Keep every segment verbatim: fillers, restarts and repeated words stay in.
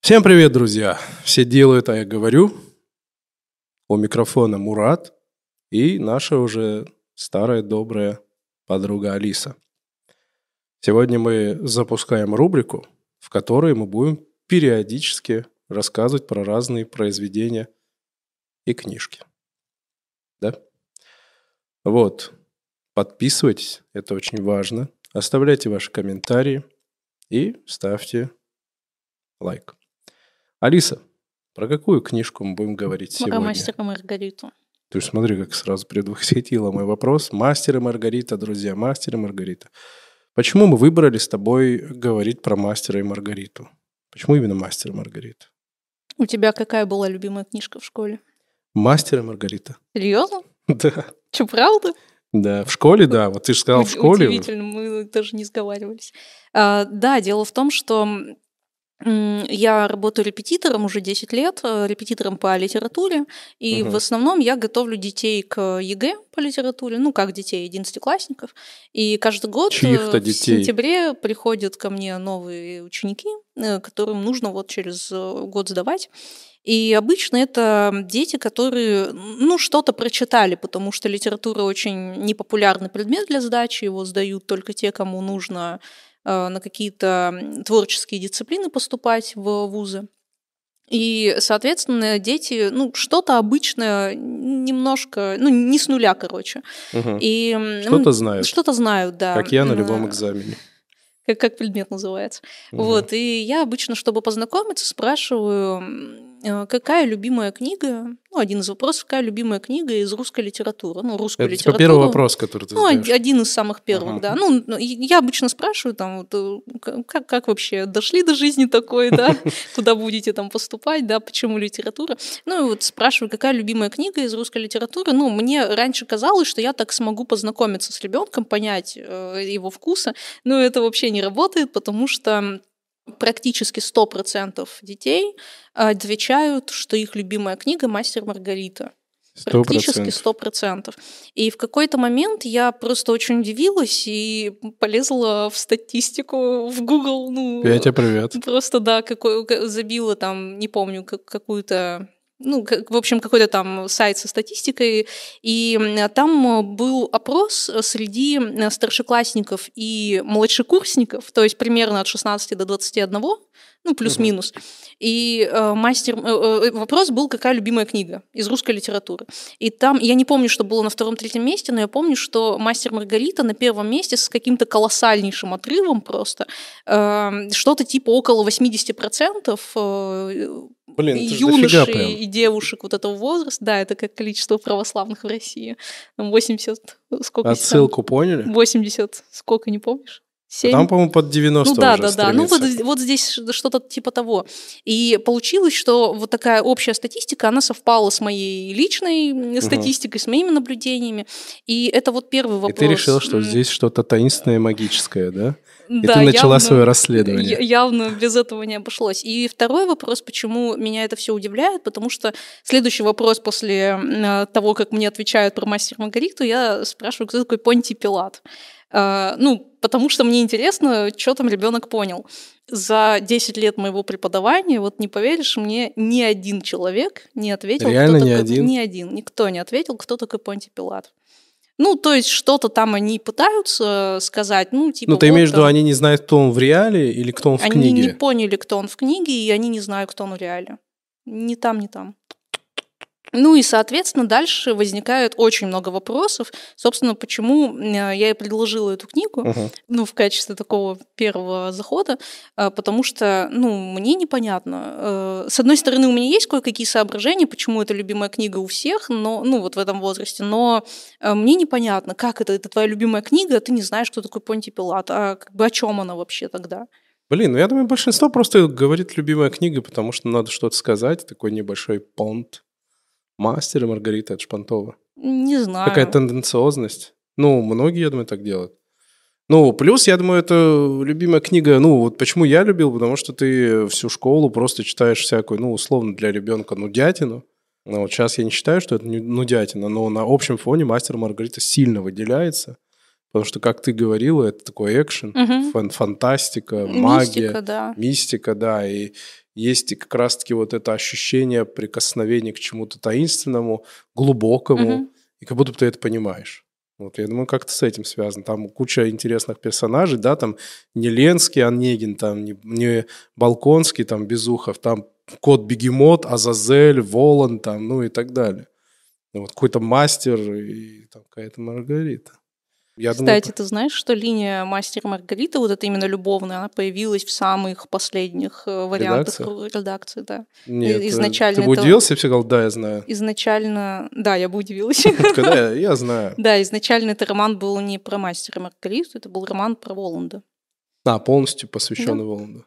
Всем привет, друзья! Все делают, а я говорю. У микрофона Мурат и наша уже старая добрая подруга Алиса. Сегодня мы запускаем рубрику, в которой мы будем периодически рассказывать про разные произведения и книжки. Да? Вот. Подписывайтесь, это очень важно. Оставляйте ваши комментарии и ставьте лайк. Алиса, про какую книжку мы будем говорить сегодня? Про «Мастера и Маргариту». Ты же смотри, как сразу предвосхитила мой вопрос. «Мастер и Маргарита», друзья, «Мастер и Маргарита». Почему мы выбрали с тобой говорить про «Мастера и Маргариту»? Почему именно «Мастер и Маргарита»? У тебя какая была любимая книжка в школе? «Мастер и Маргарита». Серьезно? Да. Че, правда? Да, в школе, да. Вот ты же сказал, в школе. Удивительно, мы даже не сговаривались. А, да, дело в том, что я работаю репетитором уже десять лет, репетитором по литературе, и угу. в основном я готовлю детей к ЕГЭ по литературе, ну, как детей, одиннадцатиклассников. И каждый год Чьих-то в детей. сентябре приходят ко мне новые ученики, которым нужно вот через год сдавать. И обычно это дети, которые, ну, что-то прочитали, потому что литература очень непопулярный предмет для сдачи, его сдают только те, кому нужно на какие-то творческие дисциплины поступать в вузы. И, соответственно, дети, ну, что-то обычное, немножко, ну, не с нуля, короче. Угу. И, что-то знают. Что-то знают, да. Как я на любом экзамене. Как, как предмет называется. Угу. Вот. И я обычно, чтобы познакомиться, спрашиваю, какая любимая книга, ну, один из вопросов, какая любимая книга из русской литературы. Ну, русскую Это литературу. Это первый вопрос, который ты ну, задаешь. один из самых первых, ага. да. Ну, я обычно спрашиваю, там, вот, как, как вообще дошли до жизни такой, да, куда будете там поступать, да, почему литература. Ну, и вот спрашиваю, какая любимая книга из русской литературы. Ну, мне раньше казалось, что я так смогу познакомиться с ребенком, понять его вкусы, но это вообще не работает, потому что практически сто процентов детей отвечают, что их любимая книга «Мастер и Маргарита». Практически сто процентов. И в какой-то момент я просто очень удивилась и полезла в статистику, в Google. Ну, Петя, привет. Просто, да, какой, забила там, не помню, какую-то... Ну, в общем, какой-то там сайт со статистикой, и там был опрос среди старшеклассников и младшекурсников, то есть примерно от шестнадцати до двадцати одного, ну, плюс-минус. Uh-huh. И э, мастер... Э, вопрос был, какая любимая книга из русской литературы. И там, я не помню, что было на втором-третьем месте, но я помню, что «Мастер и Маргарита» на первом месте с каким-то колоссальнейшим отрывом просто. Э, что-то типа около восемьдесят процентов э, Блин, юношей и девушек вот этого возраста. Да, это как количество православных в России. восемьдесят... Сколько Отсылку там? Поняли? восемьдесят. Сколько, не помнишь? семь. Там, по-моему, под девяносто ну, да, уже да, стремится. да. Ну, вот, вот здесь что-то типа того. И получилось, что вот такая общая статистика, она совпала с моей личной угу. статистикой, с моими наблюдениями. И это вот первый вопрос. И ты решила, что здесь что-то таинственное, магическое, да? И да, ты начала явно, свое расследование. Явно без этого не обошлось. И второй вопрос, почему меня это все удивляет, потому что следующий вопрос после того, как мне отвечают про «Мастер и Маргариту», я спрашиваю, кто такой Понтий Пилат. Uh, ну, потому что мне интересно, что там ребенок понял. За десять лет моего преподавания, вот не поверишь, мне ни один человек не ответил. Реально кто ни такой, один? Ни один, никто не ответил, кто такой Понтий Пилат. Ну, то есть что-то там они пытаются сказать, ну, типа... Ну, ты вот имеешь в виду, там... они не знают, кто он в реале или кто он в они книге? Они не поняли, кто он в книге, и они не знают, кто он в реале. Ни там, ни там. Ну и, соответственно, дальше возникает очень много вопросов. Собственно, почему я и предложила эту книгу, uh-huh. ну, в качестве такого первого захода, потому что, ну, мне непонятно. С одной стороны, у меня есть кое-какие соображения, почему это любимая книга у всех, но, ну, вот в этом возрасте, но мне непонятно, как это, это твоя любимая книга, а ты не знаешь, кто такой Понтий Пилат, а как бы о чем она вообще тогда? Блин, ну я думаю, большинство просто говорит любимая книга, потому что надо что-то сказать, такой небольшой понт. «Мастер и Маргарита» от Шпантова. Не знаю. Какая тенденциозность. Ну, многие, я думаю, так делают. Ну, плюс, я думаю, это любимая книга. Ну, вот почему я любил, потому что ты всю школу просто читаешь всякую, ну, условно, для ребенка нудятину. Ну, вот сейчас я не считаю, что это нудятина, но на общем фоне «Мастер и Маргарита» сильно выделяется. Потому что, как ты говорила, это такой экшен, угу. фан- фантастика, магия, мистика, да. мистика, да, и... есть как раз-таки вот это ощущение прикосновения к чему-то таинственному, глубокому, угу. и как будто бы ты это понимаешь. Вот, я думаю, как-то с этим связано. Там куча интересных персонажей, да, там не Ленский, Онегин, там не, не Балконский, там Безухов, там Кот-Бегемот, Азазель, Волан, там, ну и так далее. Вот какой-то мастер и там какая-то Маргарита. Я Кстати, думаю, ты знаешь, что линия Мастер и Маргарита, вот это именно любовная, она появилась в самых последних вариантах редакция? редакции, да. Нет, изначально ты бы это... удивился, я сказал, да, я знаю. Изначально, да, я бы удивилась. Когда я знаю. Да, изначально этот роман был не про Мастера и Маргариту, это был роман про Воланда. А, полностью посвященный Воланду.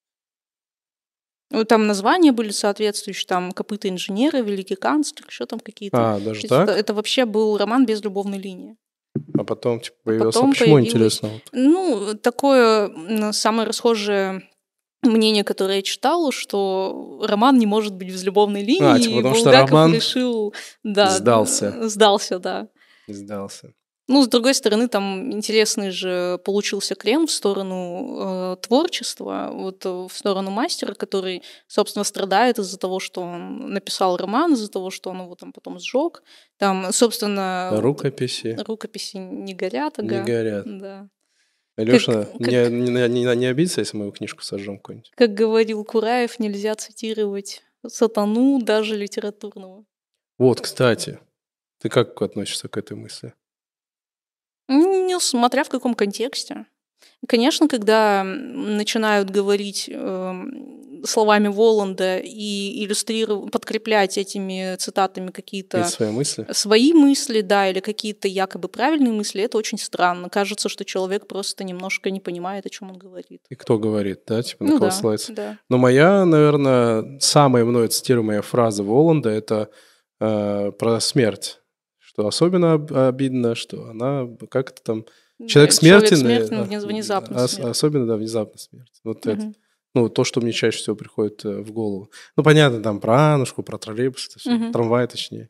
Там названия были соответствующие, там «Копыта инженера», «Великий канцлер», еще там какие-то. А, даже так? Это, это вообще был роман без любовной линии. А потом типа, появился. Потом а почему появилось... интересно? Ну, такое самое расхожее мнение, которое я читала, что роман не может быть без любовной линии. А, типа, потому и что роман решил, да, сдался. Сдался, да. Сдался. Ну, с другой стороны, там интересный же получился крен в сторону э, творчества, вот в сторону мастера, который, собственно, страдает из-за того, что он написал роман, из-за того, что он его там потом сжег. Там, собственно... Рукописи. Рукописи не горят, ага. Не горят. Да. Алёша, как, не, как... не, не, не обидится, если мою книжку сожжем какую-нибудь? Как говорил Кураев, нельзя цитировать сатану даже литературного. Вот, кстати, ты как относишься к этой мысли? Ну, смотря в каком контексте. Конечно, когда начинают говорить э, словами Воланда и иллюстрировать, подкреплять этими цитатами какие-то свои мысли? свои мысли, да, или какие-то якобы правильные мысли, это очень странно. Кажется, что человек просто немножко не понимает, о чем он говорит. И кто говорит, да, типа на ну, кого да, ссылается? Да. Но моя, наверное, самая мною цитируемая фраза Воланда – это э, про смерть. Что особенно обидно, что она как-то там... Человек да, смертен. Человек смертен внезапно. Ос- особенно, да, внезапно смерть. Вот угу. это. Ну, то, что мне чаще всего приходит в голову. Ну, понятно, там про Аннушку, про троллейбус, это все, угу. трамвай точнее.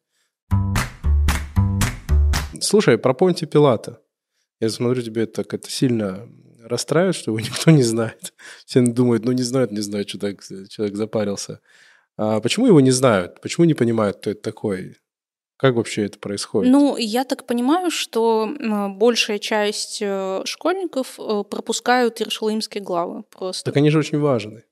Слушай, про Понтия Пилата. Я смотрю, тебе так это сильно расстраивает, что его никто не знает. Все думают, ну, не знают, не знают, что так человек запарился. А почему его не знают? Почему не понимают, кто это такой? Как вообще это происходит? Ну, я так понимаю, что большая часть школьников пропускают иерусалимские главы просто. Так они же очень важны.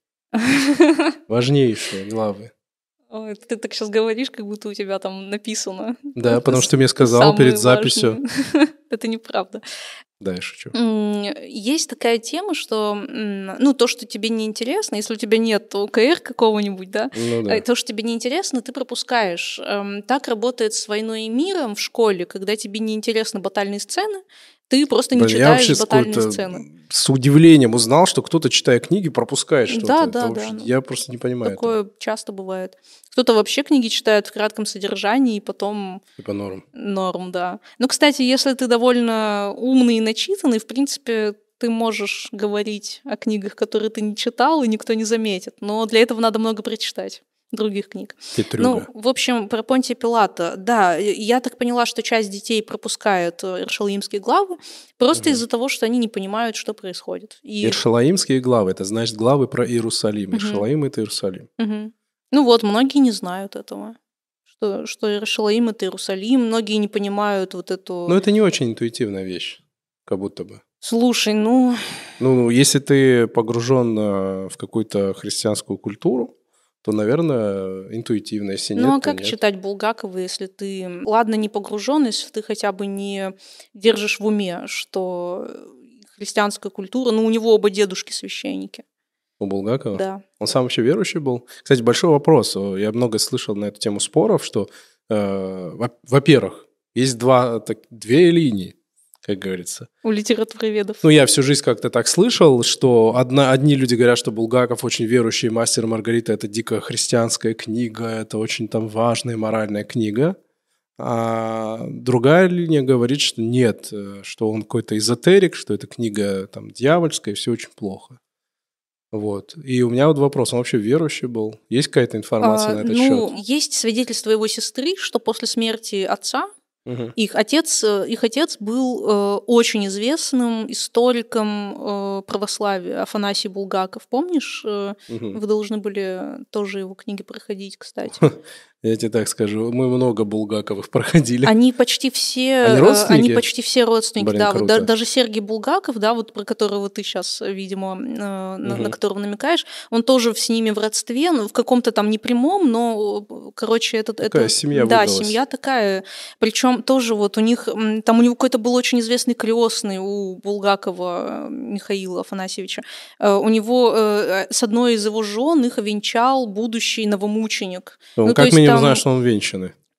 Важнейшие главы. Ой, ты так сейчас говоришь, как будто у тебя там написано. Да, это потому что ты мне сказал перед записью. Это неправда. Да, я шучу. Есть такая тема, что, ну, то, что тебе неинтересно, если у тебя нет ОКР какого-нибудь, да, ну, да. то, что тебе неинтересно, ты пропускаешь. Так работает с «Войной и миром» в школе, когда тебе неинтересны батальные сцены, ты просто не Блин, читаешь батальные сцены. С удивлением узнал, что кто-то, читая книги, пропускает что-то. Да, да, вообще, да. Я просто не понимаю. Такое этого. часто бывает. Кто-то вообще книги читает в кратком содержании, и потом... Типа норм. Норм, да. Ну, кстати, если ты довольно умный и начитанный, в принципе, ты можешь говорить о книгах, которые ты не читал, и никто не заметит. Но для этого надо много прочитать других книг. Хитрюга. Ну, в общем, про Понтия Пилата. Да, я так поняла, что часть детей пропускает иерусалимские главы просто угу. из-за того, что они не понимают, что происходит. И... Иерусалимские главы – это значит главы про Иерусалим. Угу. Иерусалим – это Иерусалим. Угу. Ну вот, многие не знают этого. Что, что Иерусалим – это Иерусалим. Многие не понимают вот эту... Но это не очень интуитивная вещь, как будто бы. Слушай, ну... Ну, если ты погружен в какую-то христианскую культуру, то, наверное, интуитивно, если нет, Ну, а то как нет. читать Булгакова, если ты, ладно, не погружен, если ты хотя бы не держишь в уме, что христианская культура, ну, у него оба дедушки священники. У Булгакова? Да. Он сам вообще верующий был? Кстати, большой вопрос. Я много слышал на эту тему споров, что, э, во-первых, есть два, так, две линии, как говорится. У литературоведов. Ну, я всю жизнь как-то так слышал, что одна, одни люди говорят, что Булгаков очень верующий, «Мастер и Маргарита» — это дико христианская книга, это очень там важная моральная книга. А другая линия говорит, что нет, что он какой-то эзотерик, что эта книга там дьявольская, и все очень плохо. Вот. И у меня вот вопрос, он вообще верующий был? Есть какая-то информация а, на этот ну, счет? Ну, есть свидетельство его сестры, что после смерти отца Угу. Их отец, их отец был э, очень известным историком э, православия, Афанасий Булгаков. Помнишь? Э, угу. Вы должны были тоже его книги проходить, кстати. Я тебе так скажу, мы много Булгаковых проходили. Они почти все, они родственники? Они почти все родственники, Блин, да. круто. Вот, да. Даже Сергей Булгаков, да, вот про которого ты сейчас, видимо, угу. на, на которого намекаешь, он тоже с ними в родстве, ну, в каком-то там непрямом, но, короче, это... Такая это, семья да, выдалась. семья такая. Причем тоже вот у них, там у него какой-то был очень известный крестный у Булгакова Михаила Афанасьевича. У него с одной из его жен их венчал будущий новомученик. Ну, ну, как минимум там... знаешь, что он венчанный.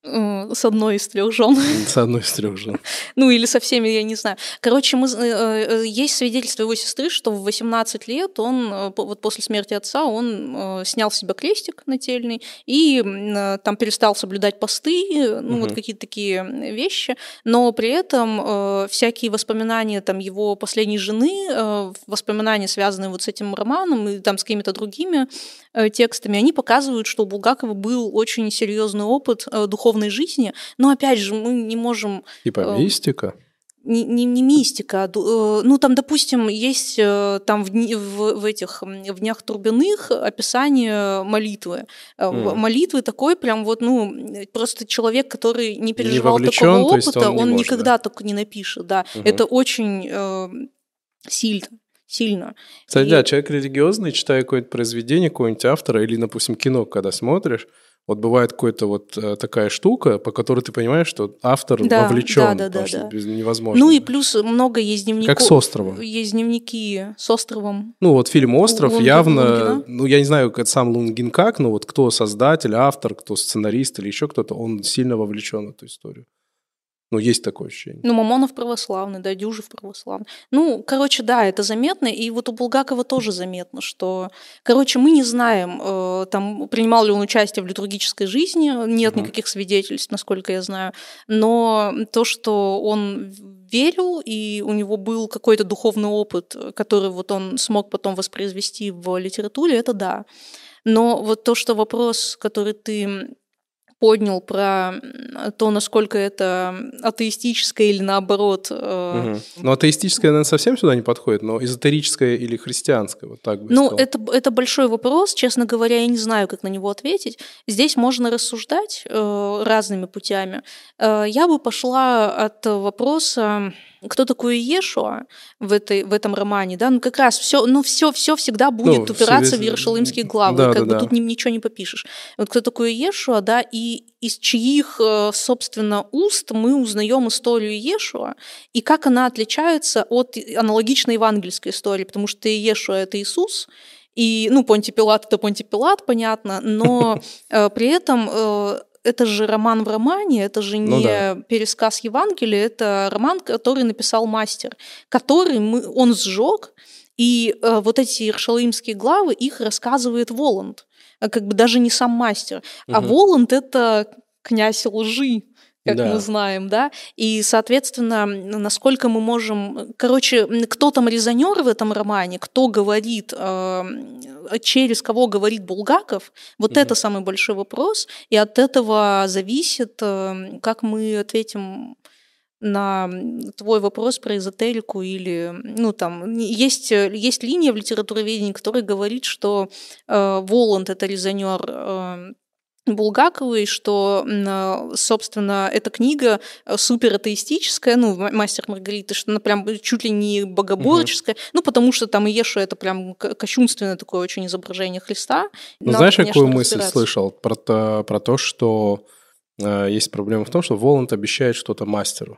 С одной из трех жен. С одной из трех жен. Ну, или со всеми, я не знаю. Короче, мы, есть свидетельство его сестры, что в восемнадцать лет он, вот после смерти отца, он снял с себя крестик нательный и там перестал соблюдать посты, ну, угу. вот какие-то такие вещи. Но при этом всякие воспоминания там его последней жены, воспоминания, связанные вот с этим романом и там с какими-то другими текстами, они показывают, что у Булгакова был очень серьезный опыт духовной жизни, но опять же мы не можем... Типа мистика? Не, не, не мистика, а, ну там, допустим, есть там в, в, в этих в днях Турбиных описание молитвы. Mm. Молитвы такой прям вот, ну, просто человек, который не переживал не вовлечен, такого опыта, он, он может, никогда да? так не напишет, да. Uh-huh. Это очень э, сильно. Сильно. Кстати, и... да, человек религиозный, читая какое-то произведение, какого-нибудь автора, или, допустим, кино, когда смотришь, вот бывает какая-то вот такая штука, по которой ты понимаешь, что автор да, вовлечен, да, да, потому да, что да. невозможно. Ну и плюс много есть дневников. Как с островом. Есть дневники с островом. Ну вот фильм «Остров» Лун... явно, Лунгина? ну я не знаю, как сам Лунгин как, но вот кто создатель, автор, кто сценарист или еще кто-то, он сильно вовлечен в эту историю. Ну, есть такое ощущение. Ну, Мамонов православный, да, Дюжев православный. Ну, короче, да, это заметно. И вот у Булгакова тоже заметно, что... Короче, мы не знаем, э, там, принимал ли он участие в литургической жизни. Нет угу. никаких свидетельств, насколько я знаю. Но то, что он верил, и у него был какой-то духовный опыт, который вот он смог потом воспроизвести в литературе, это да. Но вот то, что вопрос, который ты... поднял про то, насколько это атеистическое или наоборот. Угу. Ну, атеистическое, наверное, совсем сюда не подходит, но эзотерическое или христианское, вот так бы Ну, сказал. это, это большой вопрос, честно говоря, я не знаю, как на него ответить. Здесь можно рассуждать э, разными путями. Э, я бы пошла от вопроса, кто такой Иешуа в, этой, в этом романе, да, ну как раз все, ну все, все всегда будет ну, упираться в Иерушалимские главы, да, как да, бы да. тут ничего не попишешь. Вот кто такой Иешуа, да, и из чьих, собственно, уст мы узнаем историю Иешуа, и как она отличается от аналогичной евангельской истории, потому что Иешуа – это Иисус, и, ну, Понтий Пилат – это Понтий Пилат, понятно, но при этом... Это же роман в романе, это же не ну, да. пересказ Евангелия, это роман, который написал мастер, который мы, он сжег, и э, вот эти иерушалимские главы, их рассказывает Воланд, как бы даже не сам мастер. Угу. А Воланд – это князь лжи, как да. мы знаем, да, и, соответственно, насколько мы можем... Короче, кто там резонер в этом романе, кто говорит, э, через кого говорит Булгаков, вот угу. это самый большой вопрос, и от этого зависит, э, как мы ответим на твой вопрос про эзотерику или, ну, там, есть, есть линия в литературоведении, которая говорит, что э, Воланд – это резонер э, Булгаковой, что, собственно, эта книга супер атеистическая, ну, «Мастер Маргариты», что она прям чуть ли не богоборческая, угу. ну, потому что там Иешуа – это прям кощунственное такое очень изображение Христа. Ну, знаешь, какую мысль слышал про то, про то, что э, есть проблема в том, что Воланд обещает что-то мастеру.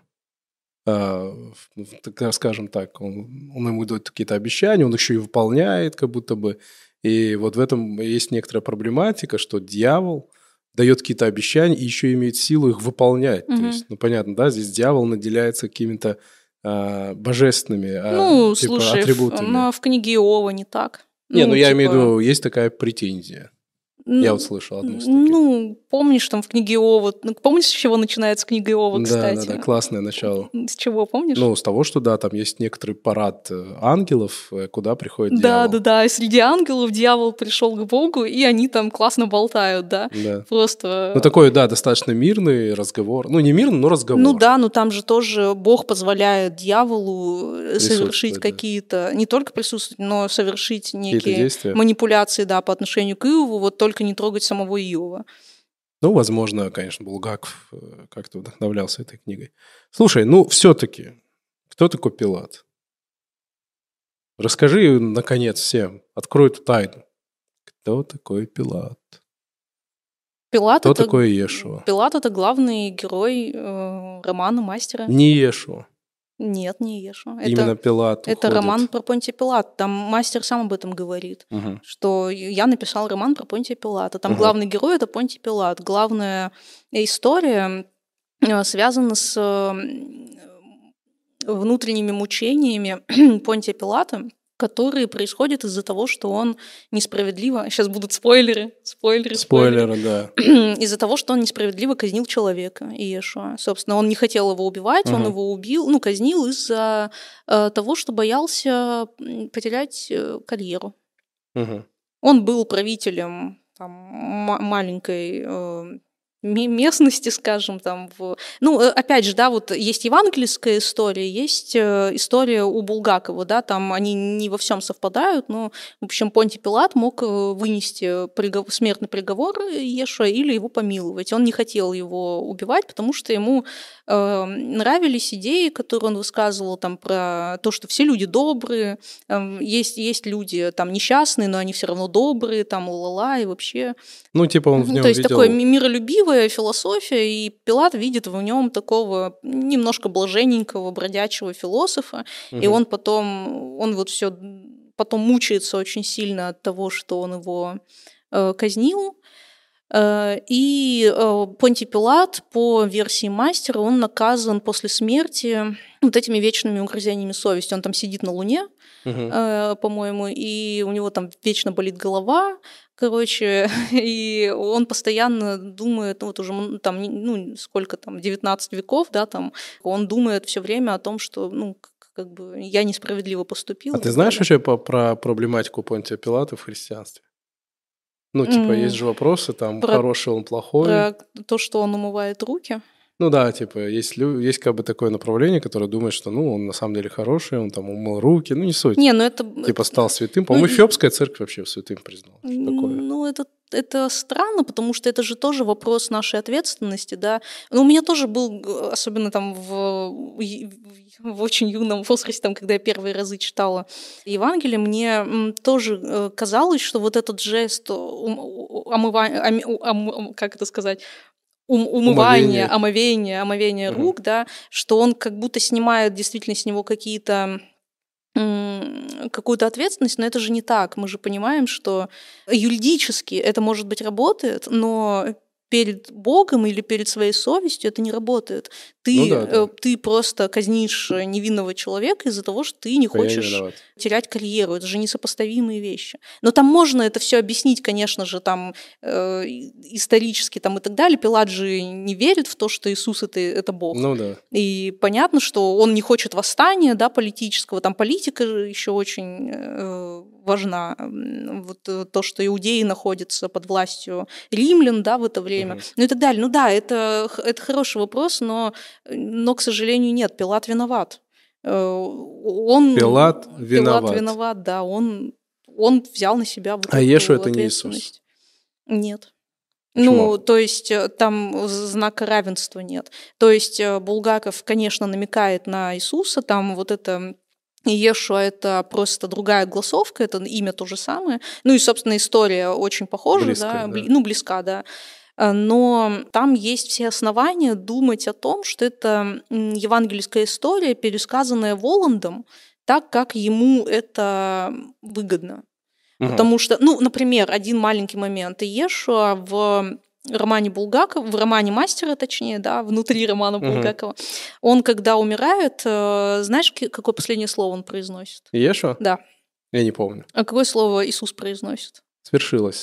Э, скажем так, он, он ему дает какие-то обещания, он еще и выполняет, как будто бы. И вот в этом есть некоторая проблематика, что дьявол дает какие-то обещания и еще имеет силу их выполнять. Mm-hmm. То есть, ну, понятно, да, здесь дьявол наделяется какими-то а, божественными ну, а, типа, слушай, атрибутами. Ну, в книге Иова не так. Не, ну, ну я типа... имею в виду, есть такая претензия. Я вот слышал одну из таких. Ну, помнишь, там в книге Иова, ну, помнишь, с чего начинается книга Иова, кстати? Да, да, да, классное начало. С чего, помнишь? Ну, с того, что, да, там есть некоторый парад ангелов, куда приходит да, дьявол. Да, да, да, среди ангелов дьявол пришел к Богу, и они там классно болтают, да, да. просто... Ну, такой, да, достаточно мирный разговор. Ну, не мирный, но разговор. Ну да, но там же тоже Бог позволяет дьяволу совершить какие-то, да. не только присутствовать, но совершить некие манипуляции, да, по отношению к Иову, вот только не трогать самого Иова. Ну, возможно, конечно, Булгаков как-то вдохновлялся этой книгой. Слушай, ну, все-таки, кто такой Пилат? Расскажи, наконец, всем, открой эту тайну. Кто такой Пилат? Пилат Кто это, такой Иешуа? Пилат – это главный герой э, романа «Мастера». Не Иешуа. Нет, не Иешуа. Именно это, Пилат Это уходит. роман про Понтия Пилата. Там мастер сам об этом говорит, угу. что я написал роман про Понтия Пилата. Там угу. главный герой – это Понтий Пилат. Главная история связана с внутренними мучениями Понтия Пилата, которые происходят из-за того, что он несправедливо... Сейчас будут спойлеры. Спойлеры, спойлеры, да. Из-за того, что он несправедливо казнил человека, Иешуа. Собственно, он не хотел его убивать, uh-huh. он его убил, ну, казнил из-за э, того, что боялся потерять э, карьеру. Uh-huh. Он был правителем там, м- маленькой... Э, местности, скажем, там, в... ну, опять же, да, вот есть евангельская история, есть история у Булгакова, да, там они не во всем совпадают, но, в общем, Понтий Пилат мог вынести приговор, смертный приговор Иешуа или его помиловать. Он не хотел его убивать, потому что ему э, нравились идеи, которые он высказывал там про то, что все люди добрые, э, есть, есть люди там несчастные, но они все равно добрые, там, ла-ла-ла, и вообще... Ну, типа он в нем То есть видел... такое миролюбивое философия, и Пилат видит в нем такого немножко блаженненького, бродячего философа, угу. и он потом, он вот все потом мучается очень сильно от того, что он его э, казнил. Э, и э, Понтий Пилат, по версии мастера, он наказан после смерти вот этими вечными угрызениями совести. Он там сидит на Луне, угу. э, по-моему, и у него там вечно болит голова. Короче, и он постоянно думает, ну вот уже там, ну сколько там, девятнадцать веков, да, там, он думает все время о том, что, ну, как бы я несправедливо поступил. А ты знаешь вообще по, про проблематику Понтия Пилата в христианстве? Ну, типа, mm. есть же вопросы, там, про, хороший он, плохой. Про то, что он умывает руки. Ну да, типа, есть, есть как бы такое направление, которое думает, что, ну, он на самом деле хороший, он там умыл руки, ну, не суть. Не, ну это... Типа, стал святым. По-моему, ну, Эфиопская церковь вообще святым признала. Такое. Ну, это, это странно, потому что это же тоже вопрос нашей ответственности, да. Ну, у меня тоже был, особенно там в, в очень юном возрасте, там, когда я первые разы читала Евангелие, мне тоже казалось, что вот этот жест омывания, ом, как это сказать... Ум, умывание, омовение, омовение угу. рук, да, что он как будто снимает действительно с него какие-то какую-то ответственность, но это же не так. Мы же понимаем, что юридически это, может быть, работает, но перед Богом или перед своей совестью это не работает. Ты, ну да, да. ты просто казнишь невинного человека из-за того, что ты не хочешь терять карьеру. Это же несопоставимые вещи. Но там можно это все объяснить, конечно же, там, э, исторически там, и так далее. Пилат же не верит в то, что Иисус это, это Бог. Ну да. И понятно, что он не хочет восстания, да, политического. Там политика еще очень э, важна. Вот то, что иудеи находятся под властью римлян, да, в это время. Угу. Ну и так далее. Ну да, это, это хороший вопрос, но Но, к сожалению, нет, Пилат виноват. Он, Пилат виноват. Пилат виноват, да. Он, он взял на себя вот а эту Иешуа это ответственность. Не Иисус? Нет. Почему? Ну, то есть там знака равенства нет. То есть Булгаков, конечно, намекает на Иисуса, там вот это... Иешуа – это просто другая гласовка, это имя то же самое. Ну и, собственно, история очень похожа, близко, да, да. ну, близка, да. Но там есть все основания думать о том, что это евангельская история, пересказанная Воландом так, как ему это выгодно. Угу. Потому что, ну, например, один маленький момент. Иешуа в романе Булгакова, в романе Мастера, точнее, да, внутри романа угу. Булгакова, он, когда умирает, знаешь, какое последнее слово он произносит? Иешуа? Да. Я не помню. А какое слово Иисус произносит? Свершилось.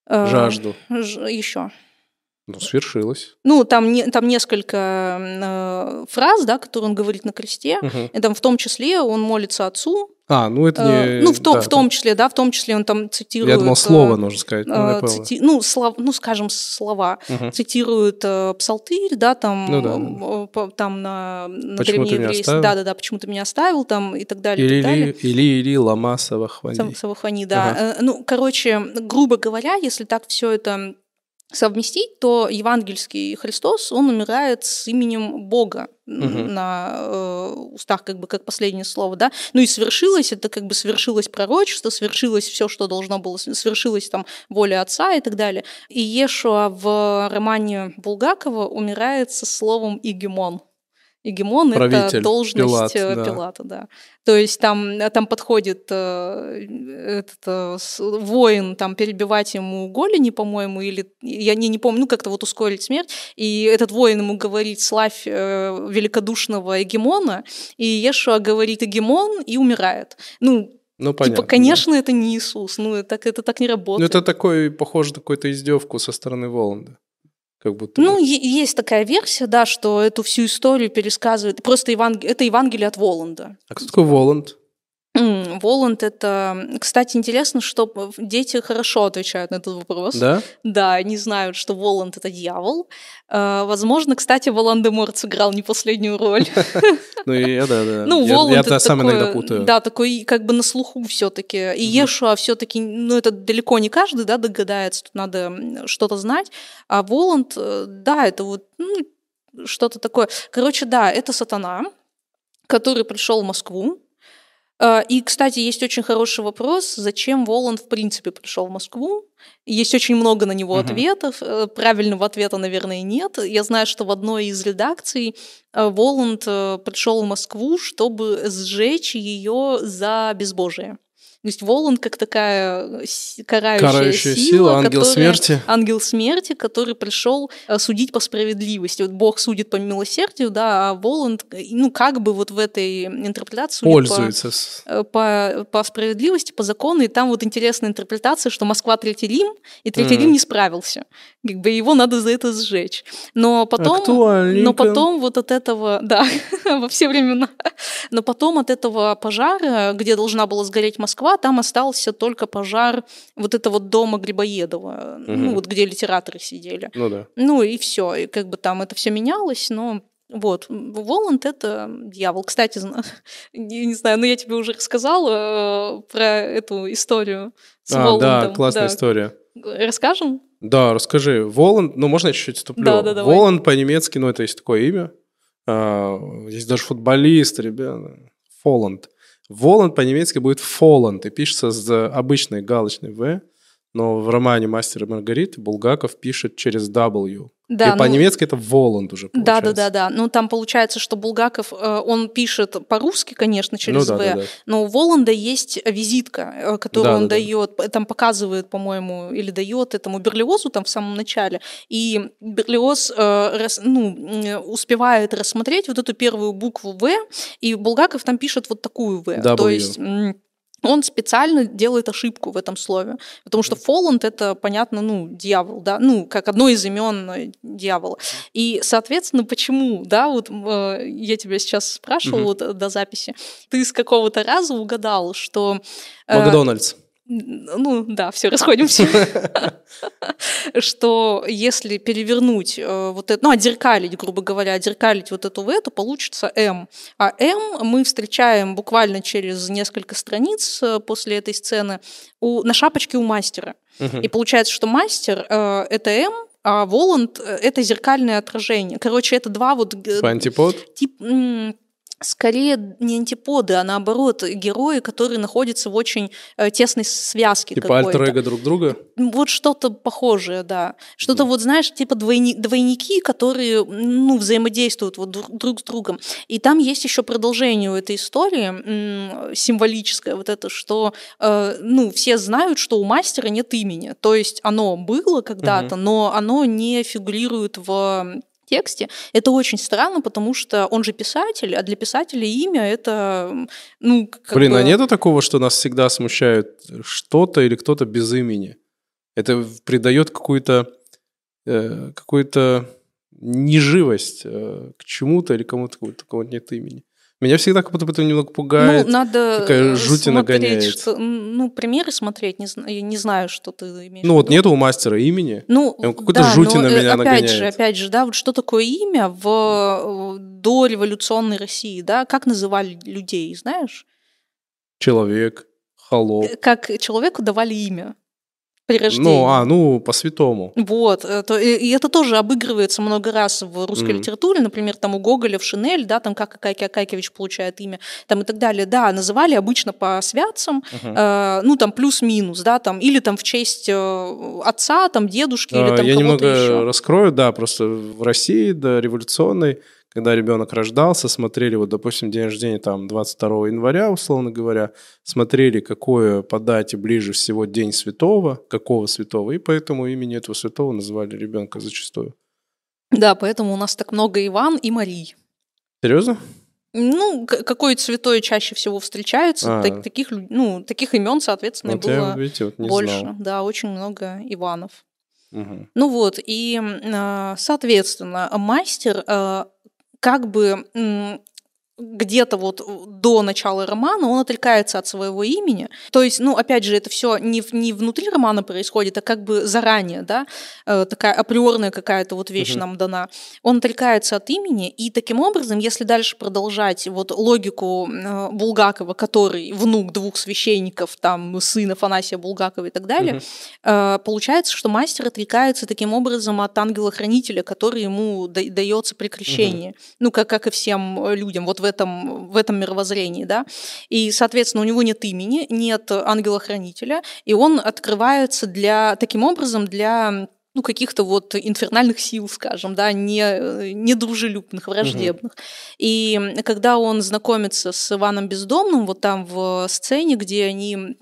жажду? Ж- еще. Ну, свершилось. Ну, там, не, там несколько э, фраз, да, которые он говорит на кресте. Угу. И там в том числе он молится отцу. А, ну это не... Э, ну, в том, да, в том это... числе, да, в том числе он там цитирует... Я думал, слово нужно сказать. Ну, я э, понял. цити... ну, слов... ну, скажем, слова. Угу. Цитирует э, псалтырь, да, там, ну, да, да. По, там на, на почему древнееврейском... Да-да-да, почему ты меня оставил, там, и так далее, или, и так далее. Или, или, лама савахвани. Савахвани, да. Ага. Э, ну, короче, грубо говоря, если так все это... совместить, то евангельский Христос, он умирает с именем Бога угу. на э, устах, как бы как последнее слово, да. Ну и свершилось, это как бы свершилось пророчество, свершилось все, что должно было, свершилась там воля Отца и так далее. И Иешуа в романе Булгакова умирает со словом «игемон». Игемон – это должность Пилат, да. Пилата, да. То есть там, там подходит э, этот э, воин там, перебивать ему голени, по-моему, или я не, не помню, ну как-то вот ускорить смерть, и этот воин ему говорит «славь э, великодушного Эгемона», и Иешуа говорит «Эгемон» и умирает. Ну, ну понятно, типа, конечно, да. это не Иисус, ну это, это так не работает. Ну это такой, похоже на какую-то издевку со стороны Воланда. Как будто ну, бы. есть такая версия, да, что эту всю историю пересказывает. Просто еванг... это Евангелие от Воланда. А кто такой Воланд? Mm, Воланд — это... Кстати, интересно, что дети хорошо отвечают на этот вопрос. Да? Да, они знают, что Воланд — это дьявол. Возможно, кстати, Волан-де-Морт сыграл не последнюю роль. Ну, я, да, да. Ну, Воланд — это сам иногда путаю. Да, такой как бы на слуху все-таки. И Иешуа все-таки, ну, это далеко не каждый, да, догадается, тут надо что-то знать. А Воланд, да, это вот что-то такое. Короче, да, это сатана, который пришел в Москву. И, кстати, есть очень хороший вопрос, зачем Воланд в принципе пришел в Москву. Есть очень много на него uh-huh. ответов. Правильного ответа, наверное, нет. Я знаю, что в одной из редакций Воланд пришел в Москву, чтобы сжечь ее за безбожие. То есть Воланд как такая карающая, карающая сила, сила, ангел которая, смерти. Ангел смерти, который пришел судить по справедливости. Вот Бог судит по милосердию, да, а Воланд, ну, как бы вот в этой интерпретации пользуется по, по, по справедливости, по закону. И там вот интересная интерпретация, что Москва Третий Рим, и Третий mm. Рим не справился. Как бы его надо за это сжечь. Но потом, но потом вот от этого, да, во все времена, но потом от этого пожара, где должна была сгореть Москва, там остался только пожар вот этого дома Грибоедова, угу. ну вот где литераторы сидели. Ну да. Ну и все, и как бы там это все менялось, но вот Воланд — это дьявол. Кстати, не, не знаю, ну я тебе уже рассказала про эту историю с а, Воландом. Да, классная да. история. Расскажем? Да, расскажи. Воланд, ну можно я чуть-чуть вступлю? Да, да, Воланд по-немецки, ну это есть такое имя. А, есть даже футболист, ребята. Фоланд. Воланд по-немецки будет Фоланд и пишется с обычной галочной «в», но в романе «Мастер и Маргарита» Булгаков пишет через W. Да, и ну, по-немецки это Воланд уже получается. Да-да-да. Ну, там получается, что Булгаков, он пишет по-русски, конечно, через ну, «в», да, да, да. но у Воланда есть визитка, которую да, он да, дает, да. там показывает, по-моему, или дает этому Берлиозу там в самом начале, и Берлиоз ну, успевает рассмотреть вот эту первую букву «в», и Булгаков там пишет вот такую «в». W. То есть... Он специально делает ошибку в этом слове, потому что Фоланд — это, понятно, ну, дьявол, да, ну, как одно из имен дьявола. И, соответственно, почему, да, вот э, я тебя сейчас спрашивала mm-hmm. вот, до записи, ты с какого-то раза угадал, что... Э, Макдональдс. Ну, да, все, расходимся. Что если перевернуть вот это, ну, отзеркалить, грубо говоря, отзеркалить вот эту «в», то получится «М». А «М» мы встречаем буквально через несколько страниц после этой сцены у, на шапочке у мастера. И получается, что мастер — это «М», а Воланд — это зеркальное отражение. Короче, это два вот... Антипод? Тип... Скорее не антиподы, а наоборот герои, которые находятся в очень э, тесной связке типа какой-то. альтер-эго друг друга? Вот что-то похожее, да. Что-то mm. вот, знаешь, типа двойни, двойники, которые ну, взаимодействуют вот друг с другом. И там есть еще продолжение у этой истории, м- символическое вот это, что э, ну, все знают, что у мастера нет имени. То есть оно было когда-то, mm-hmm. но оно не фигурирует в... тексте. Это очень странно, потому что он же писатель, а для писателя имя это, ну, как Блин, бы... а нету такого, что нас всегда смущает что-то или кто-то без имени? Это придает какую-то, э, какую-то неживость э, к чему-то или кому-то, кого-то нет имени. Меня всегда как будто это немного пугает. Ну, надо такая жуть нагоняет. Что, ну, примеры смотреть, не, знаю, не знаю, что ты имеешь Ну, в вот виду. нету у мастера имени, ну, какой-то да, жути на меня опять нагоняет. же, опять же, да, вот что такое имя в дореволюционной России, да, как называли людей, знаешь? Человек, холоп. Как человеку давали имя при рождении. Ну, а, ну, по-святому. Вот, это, и это тоже обыгрывается много раз в русской mm. литературе, например, там у Гоголя в «Шинель», да, там как Акакий Акакевич получает имя, там и так далее, да, называли обычно по святцам, uh-huh. э, ну, там плюс-минус, да, там, или там в честь э, отца, там, дедушки, или там Я кого-то немного еще. раскрою, да, просто в России до революционной, когда ребенок рождался, смотрели, вот, допустим, день рождения там двадцать второго января, условно говоря, смотрели, какое по дате ближе всего день святого, какого святого, и поэтому имени этого святого называли ребенка зачастую. Да, поэтому у нас так много Иван и Марий. Серьезно? Ну, какой святой чаще всего встречается, а. таких, ну, таких имен, соответственно, вот было я, видите, вот не больше. Знал. Да, очень много Иванов. Угу. Ну вот, и, соответственно, мастер как бы где-то вот до начала романа он отрекается от своего имени. То есть, ну, опять же, это все не, не внутри романа происходит, а как бы заранее, да, такая априорная какая-то вот вещь uh-huh. нам дана. Он отрекается от имени, и таким образом, если дальше продолжать вот логику Булгакова, который внук двух священников, там, сын Афанасия Булгакова и так далее, uh-huh. получается, что мастер отрекается таким образом от ангела-хранителя, который ему дается при крещении. Uh-huh. Ну, как, как и всем людям. Вот в этом, в этом мировоззрении, да, и, соответственно, у него нет имени, нет ангела-хранителя, и он открывается для, таким образом для, ну, каких-то вот инфернальных сил, скажем, да, не, не дружелюбных, враждебных. Угу. И когда он знакомится с Иваном Бездомным, вот там в сцене, где они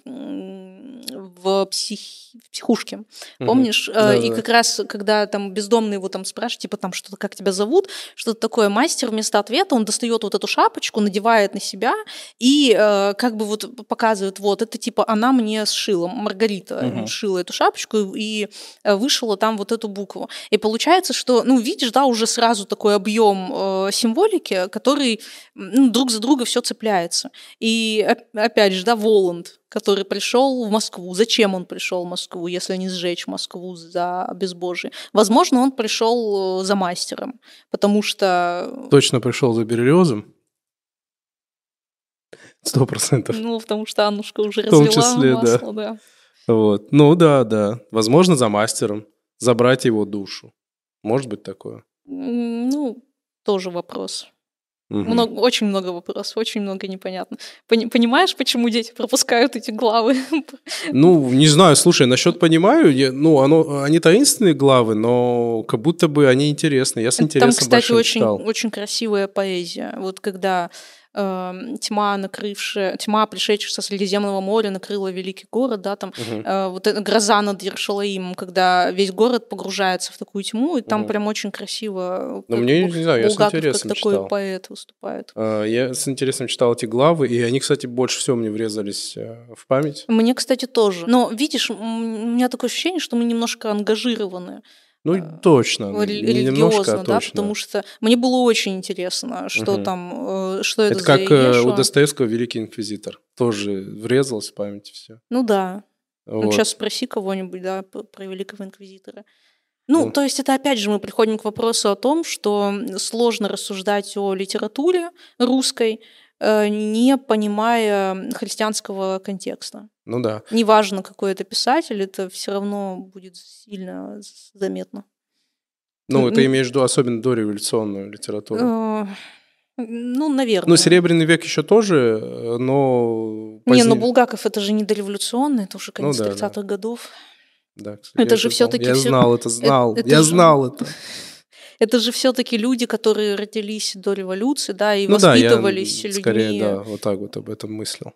в псих... психушке, угу. помнишь? Да, и да. как раз, когда там бездомный его там спрашивает, типа там что-то, как тебя зовут, что-то такое, мастер вместо ответа, он достает вот эту шапочку, надевает на себя и э, как бы вот показывает, вот, это типа она мне сшила, Маргарита угу. шила эту шапочку и вышила там вот эту букву. И получается, что, ну, видишь, да, уже сразу такой объем э, символики, который ну, друг за друга все цепляется. И опять же, да, Воланд, который пришел в Москву. Зачем он пришел в Москву, если не сжечь Москву за безбожие? Возможно, он пришел за мастером, потому что... Точно пришел за Берлиозом? Сто процентов. Ну, потому что Аннушка уже разлила масло. В том числе, масло, да. да. Вот. Ну, да, да. Возможно, за мастером. Забрать его душу. Может быть такое? Ну, тоже вопрос. Угу. Много, очень много вопросов, очень много непонятно. Понимаешь, почему дети пропускают эти главы? Ну, не знаю, слушай, насчет понимаю, я, ну, оно, они таинственные главы, но как будто бы они интересны. Я с интересом Там, кстати, очень, читал. очень красивая поэзия. Вот когда э, тьма, накрывшая, тьма, пришедшая со Средиземного моря, накрыла великий город, да, там угу. э, вот эта гроза над Ершалаимом, когда весь город погружается в такую тьму, и там угу. прям очень красиво. Но мне, не знаю, я с интересом как читал. такой поэт выступает. Я с интересом читал эти главы, и они, кстати, больше всего мне врезались в память. Мне, кстати, тоже. Но, видишь, у меня такое ощущение, что мы немножко ангажированы. Ну, точно. Религиозно, немножко, да, точно. Потому что мне было очень интересно, что угу. там, что это, это за как Иешуа. У Достоевского «Великий инквизитор». Тоже врезалось в память все. Ну да. Вот. Ну, сейчас спроси кого-нибудь, да, про Великого инквизитора. Ну, ну, то есть это опять же мы приходим к вопросу о том, что сложно рассуждать о литературе русской, не понимая христианского контекста. Ну да. Неважно, какой это писатель, это все равно будет сильно заметно. Ну, ты имеешь в виду особенно дореволюционную литературу? Ну, наверное. Ну, Серебряный век еще тоже, но... Позднее... Не, но Булгаков это же не дореволюционный, это уже конец ну, да, тридцатых да. годов. Да, кстати, это же все-таки... Я все... знал это, знал, это, я это знал же... это. Это же все-таки люди, которые родились до революции, да, и ну воспитывались да, я людьми. Скорее, да, вот так вот об этом мыслил.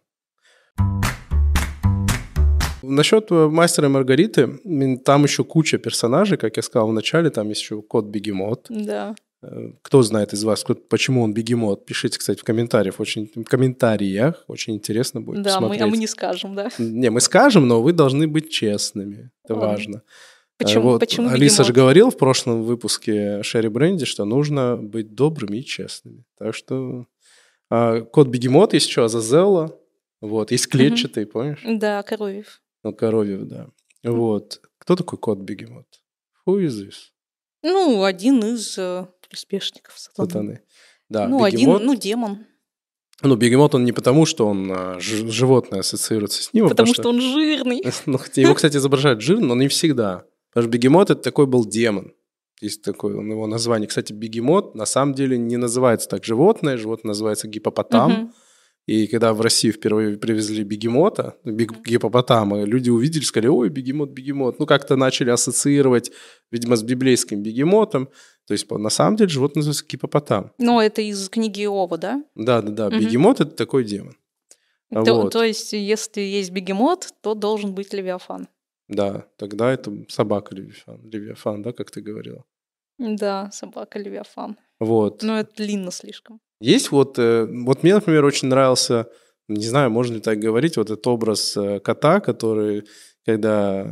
Насчет «Мастера и Маргариты», там еще куча персонажей, как я сказал в начале, там есть еще кот Бегемот. Да. Кто знает из вас, кто, почему он бегемот? Пишите, кстати, в комментариях. Очень, в комментариях очень интересно будет Да, мы, посмотреть. а мы не скажем, да? Не, мы скажем, но вы должны быть честными. Это Ладно. важно. Почему, вот, почему Алиса бегемот? же говорила в прошлом выпуске Шерри Бренди, что нужно быть добрыми и честными. Так что а, кот бегемот, есть еще Азазелла, вот, есть клетчатый, угу. помнишь? Да, Коровьев. Ну, Коровьев, да. Вот. Кто такой кот бегемот? Who is this? Ну, один из э, приспешников сатаны. Сатаны. Да, ну, бегемот. один, ну, демон. Ну, бегемот, он не потому, что он а, ж, животное ассоциируется с ним. Потому, потому что... что он жирный. Ну, его, кстати, изображают жирным, но не всегда. Потому что бегемот – это такой был демон. Есть такое его название. Кстати, бегемот на самом деле не называется так животное. Животное называется гипопотам. Uh-huh. И когда в Россию впервые привезли бегемота, гипопотама, люди увидели, сказали, ой, бегемот, бегемот. Ну, как-то начали ассоциировать, видимо, с библейским бегемотом. То есть, на самом деле, животное называется гипопотам. Ну, это из книги Иова, да? Да-да-да. Uh-huh. Бегемот – это такой демон. То, вот. то есть, если есть бегемот, то должен быть Левиафан. Да, тогда это собака Левиафан, Левиафан, да, как ты говорила? Да, собака Левиафан. Вот. Но это длинно слишком. Есть вот, вот мне, например, очень нравился, не знаю, можно ли так говорить, вот этот образ кота, который, когда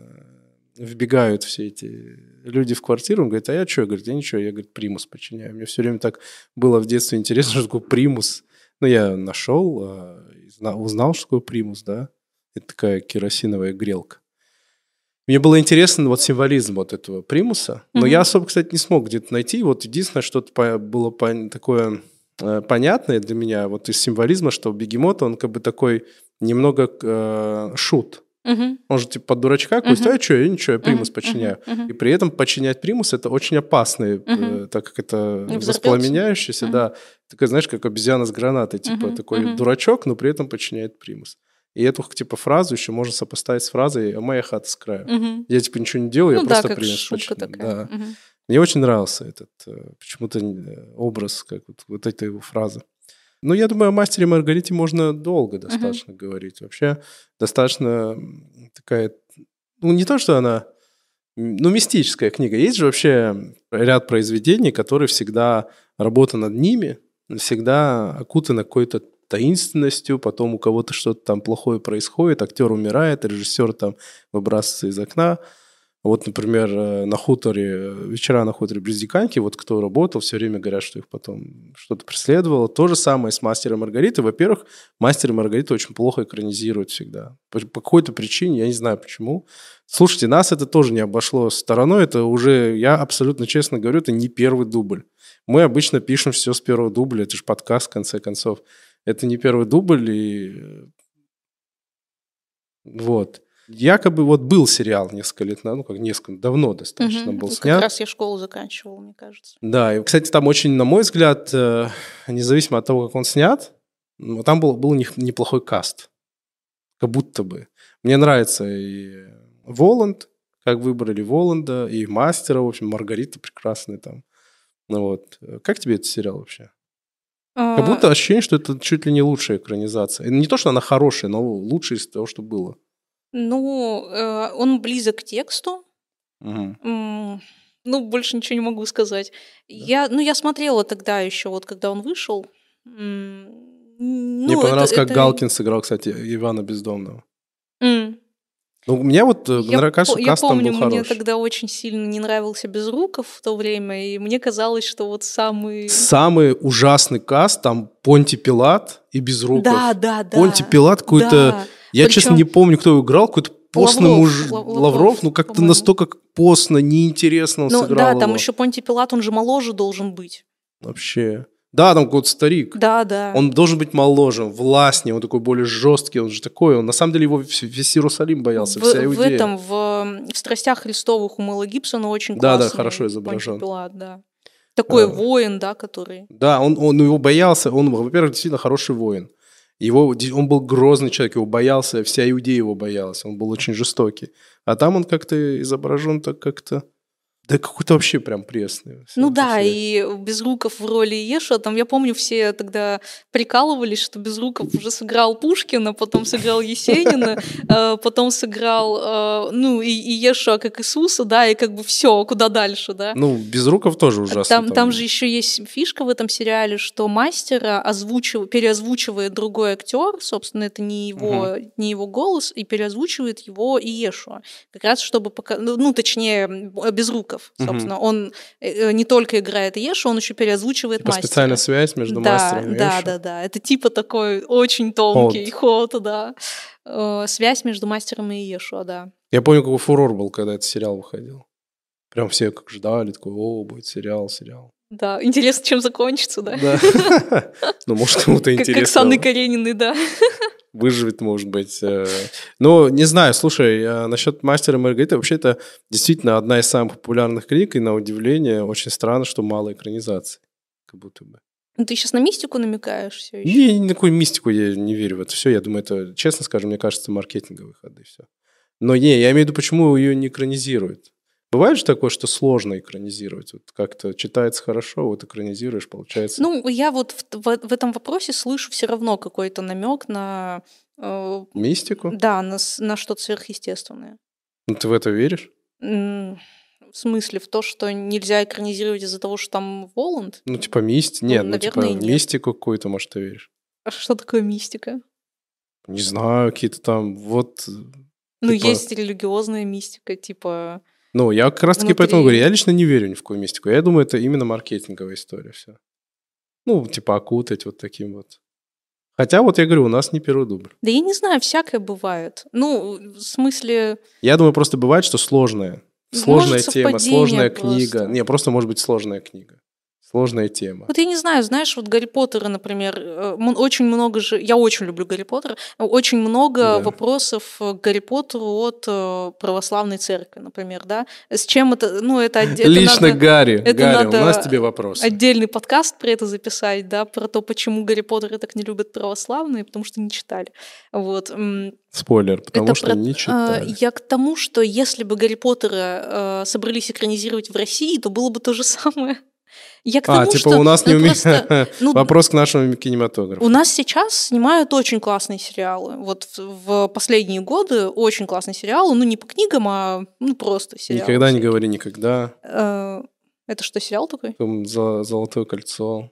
вбегают все эти люди в квартиру, он говорит, а я что? Говорит, я ничего, я, говорит, примус подчиняю. Мне все время так было в детстве интересно, что такое примус. Ну, я нашел, узнал, что такое примус, да. Это такая керосиновая грелка. Мне было интересно вот символизм вот этого примуса, но mm-hmm. я особо, кстати, не смог где-то найти. Вот единственное, что-то было такое понятное для меня вот из символизма, что бегемот, он как бы такой немного э, шут. Mm-hmm. Он же типа под дурачка говорит, mm-hmm. а что, я ничего, я примус mm-hmm. подчиняю. Mm-hmm. И при этом подчинять примус – это очень опасно, mm-hmm. э, так как это воспламеняющееся, mm-hmm. да. Такая, знаешь, как обезьяна с гранатой, типа mm-hmm. такой mm-hmm. дурачок, но при этом подчиняет примус. И эту, типа, фразу еще можно сопоставить с фразой «моя хата с краю». Угу. Я, типа, ничего не делаю, ну, я да, просто примус подчиняю. Да. Угу. Мне очень нравился этот почему-то образ, как вот, вот этой его фразы. Ну, я думаю, о «Мастере и Маргарите» можно долго достаточно угу. говорить. Вообще достаточно такая... Ну, не то, что она... Ну, мистическая книга. Есть же вообще ряд произведений, которые всегда... Работа над ними всегда окутана какой-то таинственностью, потом у кого-то что-то там плохое происходит, актер умирает, режиссер там выбрасывается из окна. Вот, например, на хуторе, вечера на хуторе близ Диканьки, вот кто работал, все время говорят, что их потом что-то преследовало. То же самое с «Мастером и Маргаритой». Во-первых, «Мастер и Маргарита» очень плохо экранизируют всегда. По, по какой-то причине, я не знаю почему. Слушайте, нас это тоже не обошло стороной. Это уже, я абсолютно честно говорю, это не первый дубль. Мы обычно пишем все с первого дубля, это же подкаст, в конце концов. Это не первый дубль, и вот. Якобы вот был сериал несколько лет назад, ну как несколько, давно достаточно угу. был ну, снят. Как раз я школу заканчивала, мне кажется. Да, и, кстати, там очень, на мой взгляд, независимо от того, как он снят, там был, был неплохой каст. Как будто бы. Мне нравится и Воланд, как выбрали Воланда, и Мастера, в общем, Маргарита прекрасная там. Ну вот. Как тебе этот сериал вообще? Как будто ощущение, что это чуть ли не лучшая экранизация. Не то, что она хорошая, но лучшая из того, что было. Ну, он близок к тексту. Угу. Ну, больше ничего не могу сказать. Да. Я, ну, я смотрела тогда еще, вот когда он вышел. Ну, мне понравилось, это, как это... Галкин сыграл, кстати, Ивана Бездомного. Mm. Ну, мне вот я кажется, по- каст я помню, там был хороший. Мне тогда очень сильно не нравился Безруков в то время, и мне казалось, что вот самый... Самый ужасный каст, там Понтий Пилат и Безруков. Да, да, да. Понтий Пилат какой-то... Да. Я, Причем... честно, не помню, кто его играл, какой-то постный Лавров, муж... Лавров, Лавров, ну как-то по-моему. Настолько постно, неинтересно он ну, сыграл да, его. там еще Понтий Пилат, он же моложе должен быть. Вообще... Да, там какой-то старик. Да, да. Он должен быть моложе, властнее, он такой более жесткий, он же такой. Он, на самом деле его весь Иерусалим боялся, в, вся Иудея. В этом, в, в «Страстях Христовых» у Мэла Гибсона очень да, классный. Да, да, хорошо изображен. Пилат, да. Такой а, воин, да, который... Да, он, он его боялся, он, во-первых, действительно хороший воин. Его, он был грозный человек, его боялся, вся Иудея его боялась, он был очень жестокий. А там он как-то изображен так как-то... Да какой-то вообще прям пресный. Ну да, и Безруков в роли Ешо, там, я помню, все тогда прикалывались, что Безруков уже сыграл Пушкина, потом сыграл Есенина, потом сыграл, ну, и Ешо как Иисуса, да, и как бы все, куда дальше, да. Ну, Безруков тоже ужасно. Там, там же еще есть фишка в этом сериале, что мастера озвучив... переозвучивает другой актер, собственно, это не его, угу. не его голос, и переозвучивает его и Ешо. Как раз чтобы пока, ну, точнее, Безруков, собственно, угу. он не только играет Ешо, он еще переозвучивает типа мастера. Специальная связь между да, мастером и да, Ешо. Да, да, да. Это типа такой очень тонкий ход, ход да. Связь между мастером и Ешо, да. Я помню, какой фурор был, когда этот сериал выходил. Прям все как ждали, такой, о, будет сериал, сериал. Да, интересно, чем закончится, да? Да. Ну, может, кому-то интересно. Как с Анной Карениной, да. Выживет, может быть. Ну, не знаю, слушай, насчет «Мастера и Маргариты», вообще это действительно одна из самых популярных книг, и на удивление очень странно, что мало экранизаций, как будто бы. Ну, ты сейчас на мистику намекаешь все еще? Не, ни на какую мистику я не верю в это все. Я думаю, это, честно скажем, мне кажется, маркетинговые ходы, все. Но не, я имею в виду, почему ее не экранизируют. Бывает же такое, что сложно экранизировать? Вот как-то читается хорошо, вот экранизируешь, получается. Ну, я вот в, в, в этом вопросе слышу все равно какой-то намек на... Э, Мистику? Да, на, на что-то сверхъестественное. Ну, ты в это веришь? Mm, в смысле? В то, что нельзя экранизировать из-за того, что там Воланд? Ну, типа мистика? Нет, ну, ну типа нет. в мистику какую-то, может, ты веришь. А что такое мистика? Не знаю, какие-то там вот... Ну, типа... есть религиозная мистика, типа... Ну, я как раз-таки внутри... поэтому говорю, я лично не верю ни в какую мистику. Я думаю, это именно маркетинговая история все. Ну, типа окутать вот таким вот. Хотя вот я говорю, у нас не первый дубль. Да я не знаю, всякое бывает. Ну, в смысле... Я думаю, просто бывает, что сложная. Сложная может, тема, сложная просто. книга. Не, просто может быть сложная книга. Сложная тема. Вот я не знаю, знаешь, вот Гарри Поттера, например, очень много же... Я очень люблю Гарри Поттера. Очень много да. вопросов к Гарри Поттеру от православной церкви, например, да? С чем это... Ну, это отдельно... Лично надо, Гарри. Это Гарри, надо у нас тебе вопрос. Отдельный подкаст про это записать, да, про то, почему Гарри Поттера так не любят православные, потому что не читали. Вот. Спойлер, потому это что про... не читали. Я к тому, что если бы Гарри Поттера собрались экранизировать в России, то было бы то же самое. Я к тому, а, типа что, у нас не умеет... просто, ну, вопрос к нашему кинематографу. У нас сейчас снимают очень классные сериалы. Вот в, в последние годы очень классные сериалы. Ну, не по книгам, а ну, просто сериалы. Никогда не говори никогда. Это что, сериал такой? «Золотое кольцо».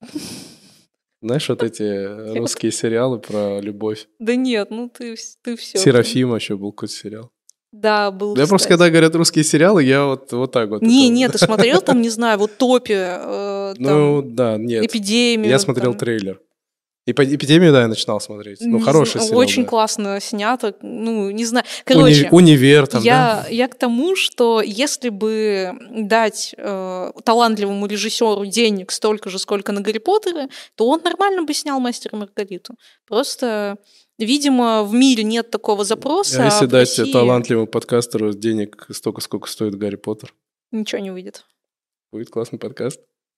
Знаешь, вот эти русские сериалы про любовь? Да нет, ну ты, ты все. Серафима еще был какой-то сериал. Да, был. Я просто, когда говорят русские сериалы, я вот, вот так вот. Не, это... нет, ты смотрел там, не знаю, вот «Топи», э, ну, там, да, нет. «Эпидемию». Я смотрел там. трейлер. «Эпидемию», да, я начинал смотреть. Ну, не хороший знаю, сериал. Очень да. классно снято. Ну, не знаю. Короче, Уни- универ там, я, да? я к тому, что если бы дать э, талантливому режиссеру денег столько же, сколько на Гарри Поттера, то он нормально бы снял «Мастера и Маргариту». Просто... Видимо, в мире нет такого запроса. А если а дать России... талантливому подкастеру денег столько, сколько стоит Гарри Поттер? Ничего не выйдет. Будет классный подкаст.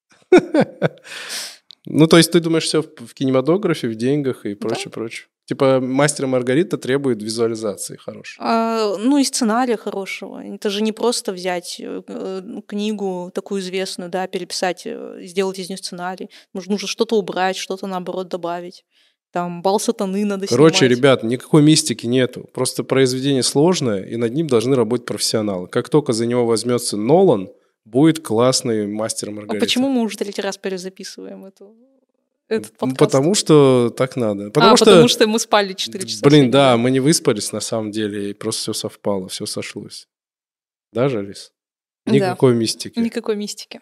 Ну, то есть ты думаешь, все в кинематографе, в деньгах и прочее, прочее. Типа «Мастер и Маргарита» требует визуализации хорошей. А, ну и сценария хорошего. Это же не просто взять книгу такую известную, да, переписать, сделать из нее сценарий. Нужно что-то убрать, что-то наоборот добавить. Там «Бал сатаны» надо Короче, снимать. ребят, никакой мистики нету. Просто произведение сложное, и над ним должны работать профессионалы. Как только за него возьмется Нолан, будет классный «Мастер и Маргарита». А почему мы уже третий раз перезаписываем эту, этот подкаст? Потому что так надо. Потому а, что... потому что мы спали четыре часа. Блин, да, мы не выспались на самом деле, и просто все совпало, все сошлось. Да, Алис? Никакой да. мистики. Никакой мистики.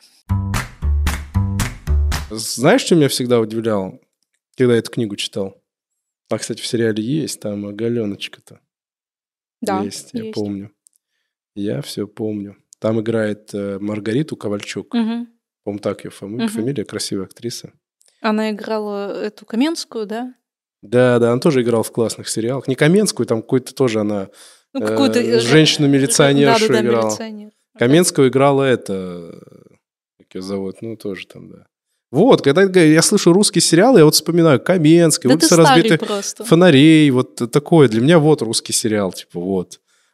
Знаешь, что меня всегда удивляло? Когда я эту книгу читал. А, кстати, в сериале есть, там Галеночка-то. Да, есть, я есть. помню. Я все помню. Там играет э, Маргариту Ковальчук. Угу. По-моему, так ее фами- угу. фамилия, красивая актриса. Она играла эту Каменскую, да? Да, да, она тоже играла в классных сериалах. Не Каменскую, там какую-то тоже она ну, какую-то... э, женщину-милиционершу да, да, да, играла. Милиционер. Каменскую играла это... Как ее зовут? Ну, тоже там, да. Вот, когда я слышу русский сериал, я вот вспоминаю Каменский, да улица разбитых просто. фонарей, вот такое. Для меня вот русский сериал, типа вот.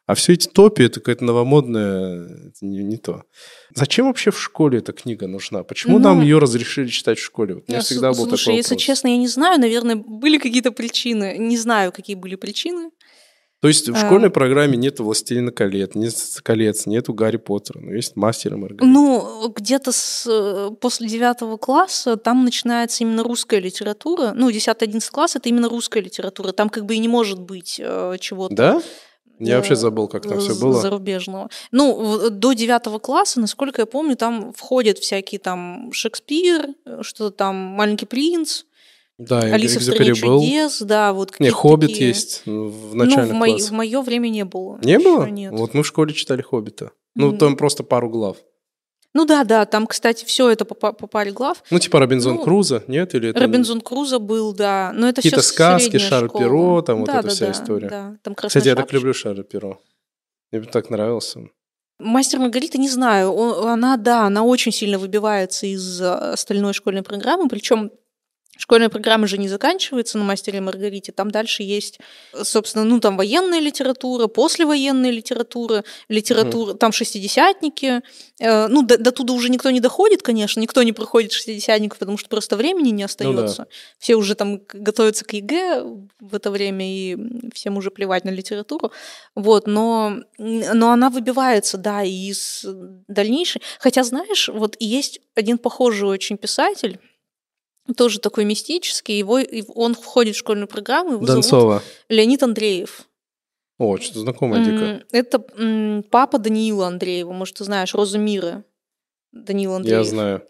А все эти топи, это какая-то новомодная, это не, не то. Зачем вообще в школе эта книга нужна? Почему Ну, нам ее разрешили читать в школе? Вот у меня Э, всегда с- был Слушай, такой если вопрос. честно, я не знаю, наверное, были какие-то причины. Не знаю, какие были причины. То есть в А, школьной программе нет «Властелина колец», нет колец, нету Гарри Поттера, но есть «Мастер и Маргарита». Ну, где-то с, э, после девятого класса там начинается именно русская литература. Ну, десятый-одиннадцатый класс — это именно русская литература. Там как бы и не может быть э, чего-то Да? Я вообще э, забыл, как там все з- было. зарубежного. Ну, в- до девятого класса, насколько я помню, там входят всякие там Шекспир, э, что-то там «Маленький принц», Да, Экз- «Алиса в стране Экзюпери был. чудес», да, вот Не, какие-то «Хоббит» такие. есть ну, в Ну, в, начальных мой- в классах. мое время не было. Не Ещё было? нет. Вот мы в школе читали «Хоббита». Ну, М. там просто пару глав. Ну да, да, там, кстати, все это по, па- по паре глав. Ну, типа Робинзон Ну, Крузо, нет? Или это Робинзон Крузо был, да. Но это все какие-то сказки, средняя Шарль школа. Перро, там вот Да, эта да, вся да, история. да. Там «Красная Кстати, я так шапочка». люблю Шарля Перро. Мне так нравился. он. «Мастер и Маргарита», не знаю, он- она, да, она очень сильно выбивается из а, остальной школьной программы, причем школьная программа же не заканчивается на «Мастере и Маргарите», там дальше есть, собственно, ну, там военная литература, послевоенная литература, литература, там шестидесятники, Э, ну, до, до туда уже никто не доходит, конечно, никто не проходит шестидесятников, потому что просто времени не остается. Все уже там к- готовятся к ЕГЭ в это время, и всем уже плевать на литературу. Вот, но, но она выбивается, да, из дальнейшей. Хотя, знаешь, вот есть один похожий очень писатель, тоже такой мистический, его, и он входит в школьную программу, его зовут Донцова. Леонид Андреев. О, что-то знакомое дико. М, Это м, папа Даниила Андреева, может, ты знаешь, «Роза мира». Даниил Я Андреев. знаю.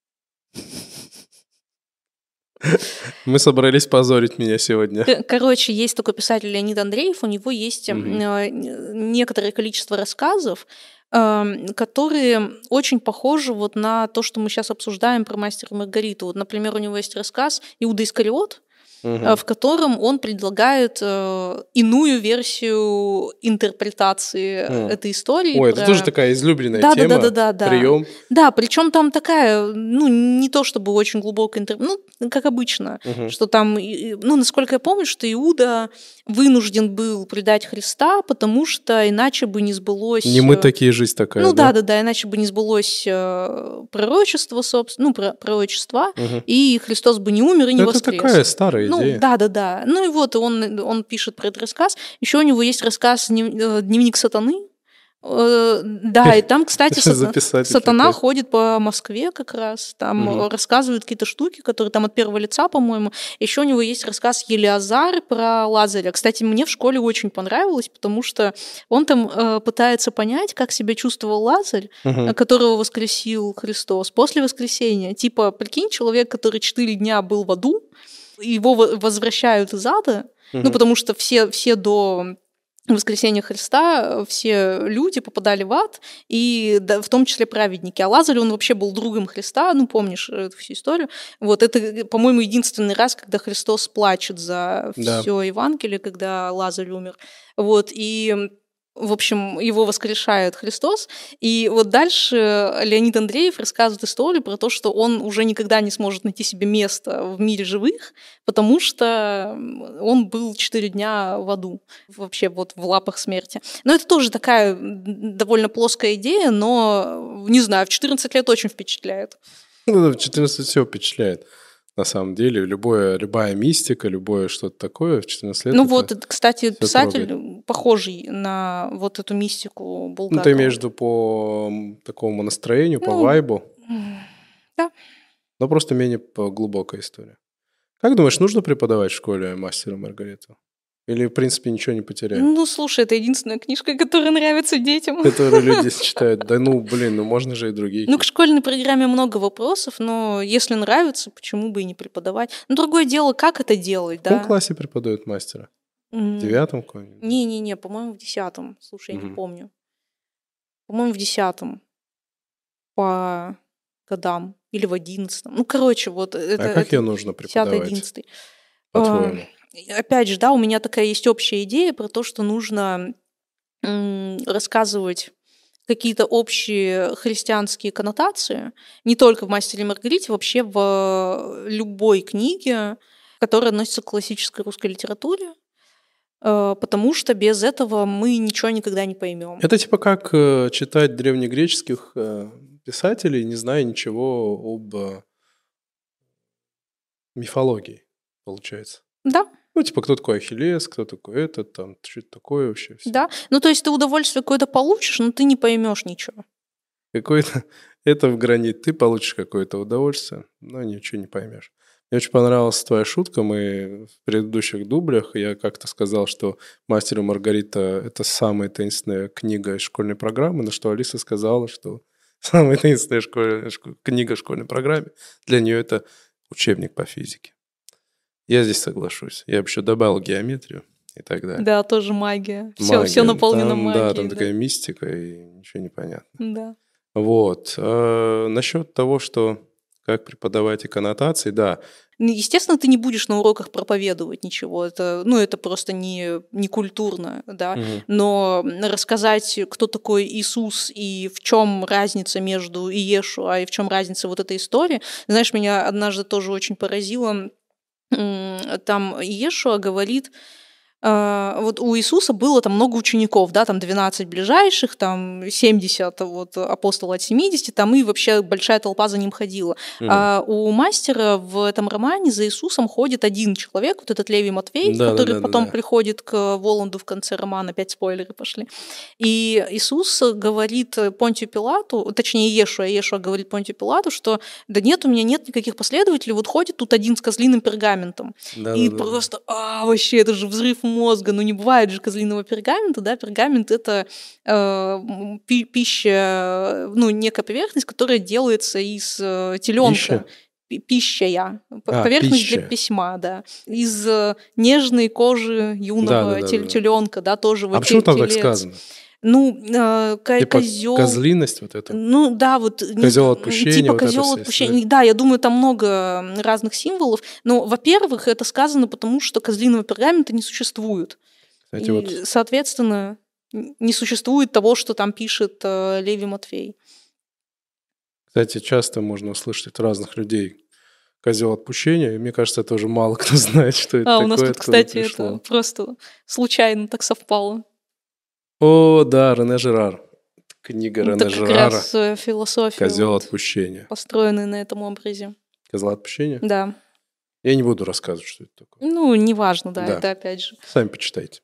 Мы собрались позорить меня сегодня. К- Короче, есть такой писатель Леонид Андреев, у него есть м, Мгм. э, некоторое количество рассказов, эм, которые очень похожи вот на то, что мы сейчас обсуждаем про «Мастера и Маргариту». Вот, например, у него есть рассказ «Иуда Искариот», Мгм. э, в котором он предлагает э, иную версию интерпретации М. этой истории. Ой, это про- тоже такая излюбленная Да, да, тема. да, да, да, да. Прием. Да, причем там такая, ну, не то чтобы очень глубокая интерпретация, ну, как обычно, Мгм. что там, и- и- ну, насколько я помню, что Иуда вынужден был предать Христа, потому что иначе бы не сбылось... Не мы э, такие, жизнь такая. Ну да, да, да, иначе бы не сбылось э, пророчество, собственно, ну, про- пророчества, Мгм. и Христос бы не умер и не Это воскрес. такая старая Ну, идея. да, да, да. Ну и вот он, он пишет про этот рассказ. Еще у него есть рассказ «Днев- э, «Дневник сатаны». Э, Да, и там, кстати, Что сатана, за писатель сатана какой-то? ходит по Москве как раз, там Мгм. э, рассказывает какие-то штуки, которые там от первого лица, по-моему. Еще у него есть рассказ «Елеазар» про Лазаря. Кстати, мне в школе очень понравилось, потому что он там э, пытается понять, как себя чувствовал Лазарь, Мгм. э, которого воскресил Христос после воскресения. Типа, прикинь, человек, который четыре дня был в аду, его во- возвращают из ада, ну, Мгм. потому что все, все до воскресения Христа все люди попадали в ад, и да, в том числе праведники. А Лазарь, он вообще был другом Христа, ну, помнишь эту всю историю. Вот это, по-моему, единственный раз, когда Христос плачет за Да. все Евангелие, когда Лазарь умер. Вот, и в общем, его воскрешает Христос. И вот дальше Леонид Андреев рассказывает историю про то, что он уже никогда не сможет найти себе место в мире живых, потому что он был четыре дня в аду, вообще вот в лапах смерти. Но это тоже такая м, довольно плоская идея, но, не знаю, в четырнадцать лет очень впечатляет. Ну, да, в четырнадцать все впечатляет. На самом деле, любое, любая мистика, любое что-то такое в четырнадцать лет. Ну это- вот, это, кстати, всё писатель, трогает. похожий на вот эту мистику Ну, Булгакова. ты имеешь в виду по м, такому настроению, по Ну, вайбу, да. но просто менее по- глубокая история. Как думаешь, нужно преподавать в школе «Мастера и Маргариту»? Или, в принципе, ничего не потеряем? Ну, слушай, это единственная книжка, которая нравится детям. Которые люди читают. Да ну, блин, ну можно же и другие. Ну, к школьной программе много вопросов, но если нравится, почему бы и не преподавать? Ну, другое дело, как это делать, В каком да? классе преподают мастера? В М, девятом каком-нибудь? Не-не-не, по-моему, в десятом. Слушай, я не Мгм. помню. По-моему, в десятом. По годам. Или в одиннадцатом. Ну, короче, вот это... А как это ее нужно десятый, преподавать, одиннадцатый. по-твоему? А, Опять же, да, у меня такая есть общая идея про то, что нужно м, рассказывать какие-то общие христианские коннотации, не только в «Мастере и Маргарите», вообще в любой книге, которая относится к классической русской литературе. потому что без этого мы ничего никогда не поймем. Это типа как э, читать древнегреческих э, писателей, не зная ничего об э, мифологии, получается. Да. Ну, типа, кто такой Ахиллес, кто такой этот, там, что-то такое вообще. Все. Да, ну то есть ты удовольствие какое-то получишь, но ты не поймешь ничего. Какое-то, это в гранит, ты получишь какое-то удовольствие, но ничего не поймешь. Мне очень понравилась твоя шутка, мы в предыдущих дублях, я как-то сказал, что «Мастер и Маргарита» — это самая таинственная книга из школьной программы, на что Алиса сказала, что самая таинственная школь... книга в школьной программе для нее — это учебник по физике. Я здесь соглашусь. Я бы еще добавил геометрию и так далее. Да, тоже магия. Все, магия. Все наполнено там, магией. Да, там да. такая мистика, и ничего не понятно. Да. Вот. А, насчет того, что как преподавать иконотации, да. Естественно, ты не будешь на уроках проповедовать ничего. Это, ну, это просто не, не культурно, да. Угу. Но рассказать, кто такой Иисус и в чем разница между Иешуа и в чем разница вот этой истории. Знаешь, меня однажды тоже очень поразило. Там Иешуа говорит, вот у Иисуса было там много учеников, да, там двенадцать ближайших, там семьдесят вот апостолов от семидесяти, там и вообще большая толпа за ним ходила. Mm. А у мастера в этом романе за Иисусом ходит один человек, вот этот Левий Матвей, да, который да, да, потом да, да. приходит к Воланду в конце романа, опять спойлеры пошли. И Иисус говорит Понтию Пилату, точнее Иешуа, Иешуа говорит Понтию Пилату, что да нет, у меня нет никаких последователей, вот ходит тут один с козлиным пергаментом. Да, и да, просто, да. а, вообще, это же взрыв мозга, ну не бывает же козлиного пергамента, да, пергамент — это э, пи- пища, ну некая поверхность, которая делается из э, теленка. Пища? Пища я. А, поверхность пища. Для письма, да. Из э, нежной кожи юного да, да, тел- да, да. теленка, да, тоже. А вот почему там телец. так сказано? Ну, э, типа козел. Козлиность вот это. Ну да, вот козел отпущения. Типа вот козел отпущения. Да, я думаю, там много разных символов. Но, во-первых, это сказано потому, что козлиного пергамента не существует. Кстати, и, вот... соответственно, не существует того, что там пишет э, Левий Матвей. Кстати, часто можно услышать от разных людей козел отпущения, и мне кажется, это уже мало кто знает, что это а, такое. У нас тут, кстати, пришло. Это просто случайно так совпало. О, да, Рене Жерар. Книга Рене это Жерара. Как раз философия. Козел вот, отпущения. Построенный на этом образе. Козла отпущения? Да. Я не буду рассказывать, что это такое. Ну, неважно, да, да. это опять же. Сами почитайте.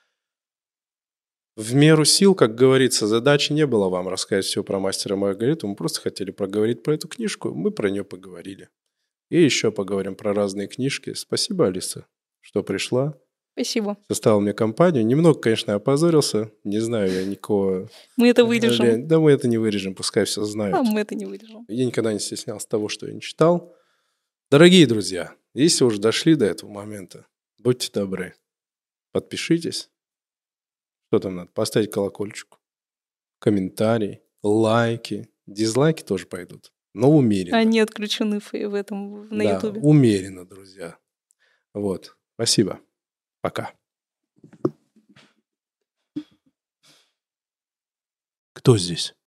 В меру сил, как говорится, задачи не было вам рассказать все про «Мастера и Маргариту». Мы просто хотели проговорить про эту книжку. Мы про нее поговорили. И еще поговорим про разные книжки. Спасибо, Алиса, что пришла. Спасибо. Составил мне компанию. Немного, конечно, опозорился. Не знаю я никакого... Мы это вырежем. Да, мы это не вырежем. Пускай все знают. А мы это не вырежем. Я никогда не стеснялся того, что я не читал. Дорогие друзья, если уже дошли до этого момента, будьте добры. Подпишитесь. Что там надо? Поставить колокольчик. Комментарий. Лайки. Дизлайки тоже пойдут. Но умеренно. Они отключены в этом на Ютубе. Да, умеренно, друзья. Вот. Спасибо. Пока. Кто здесь?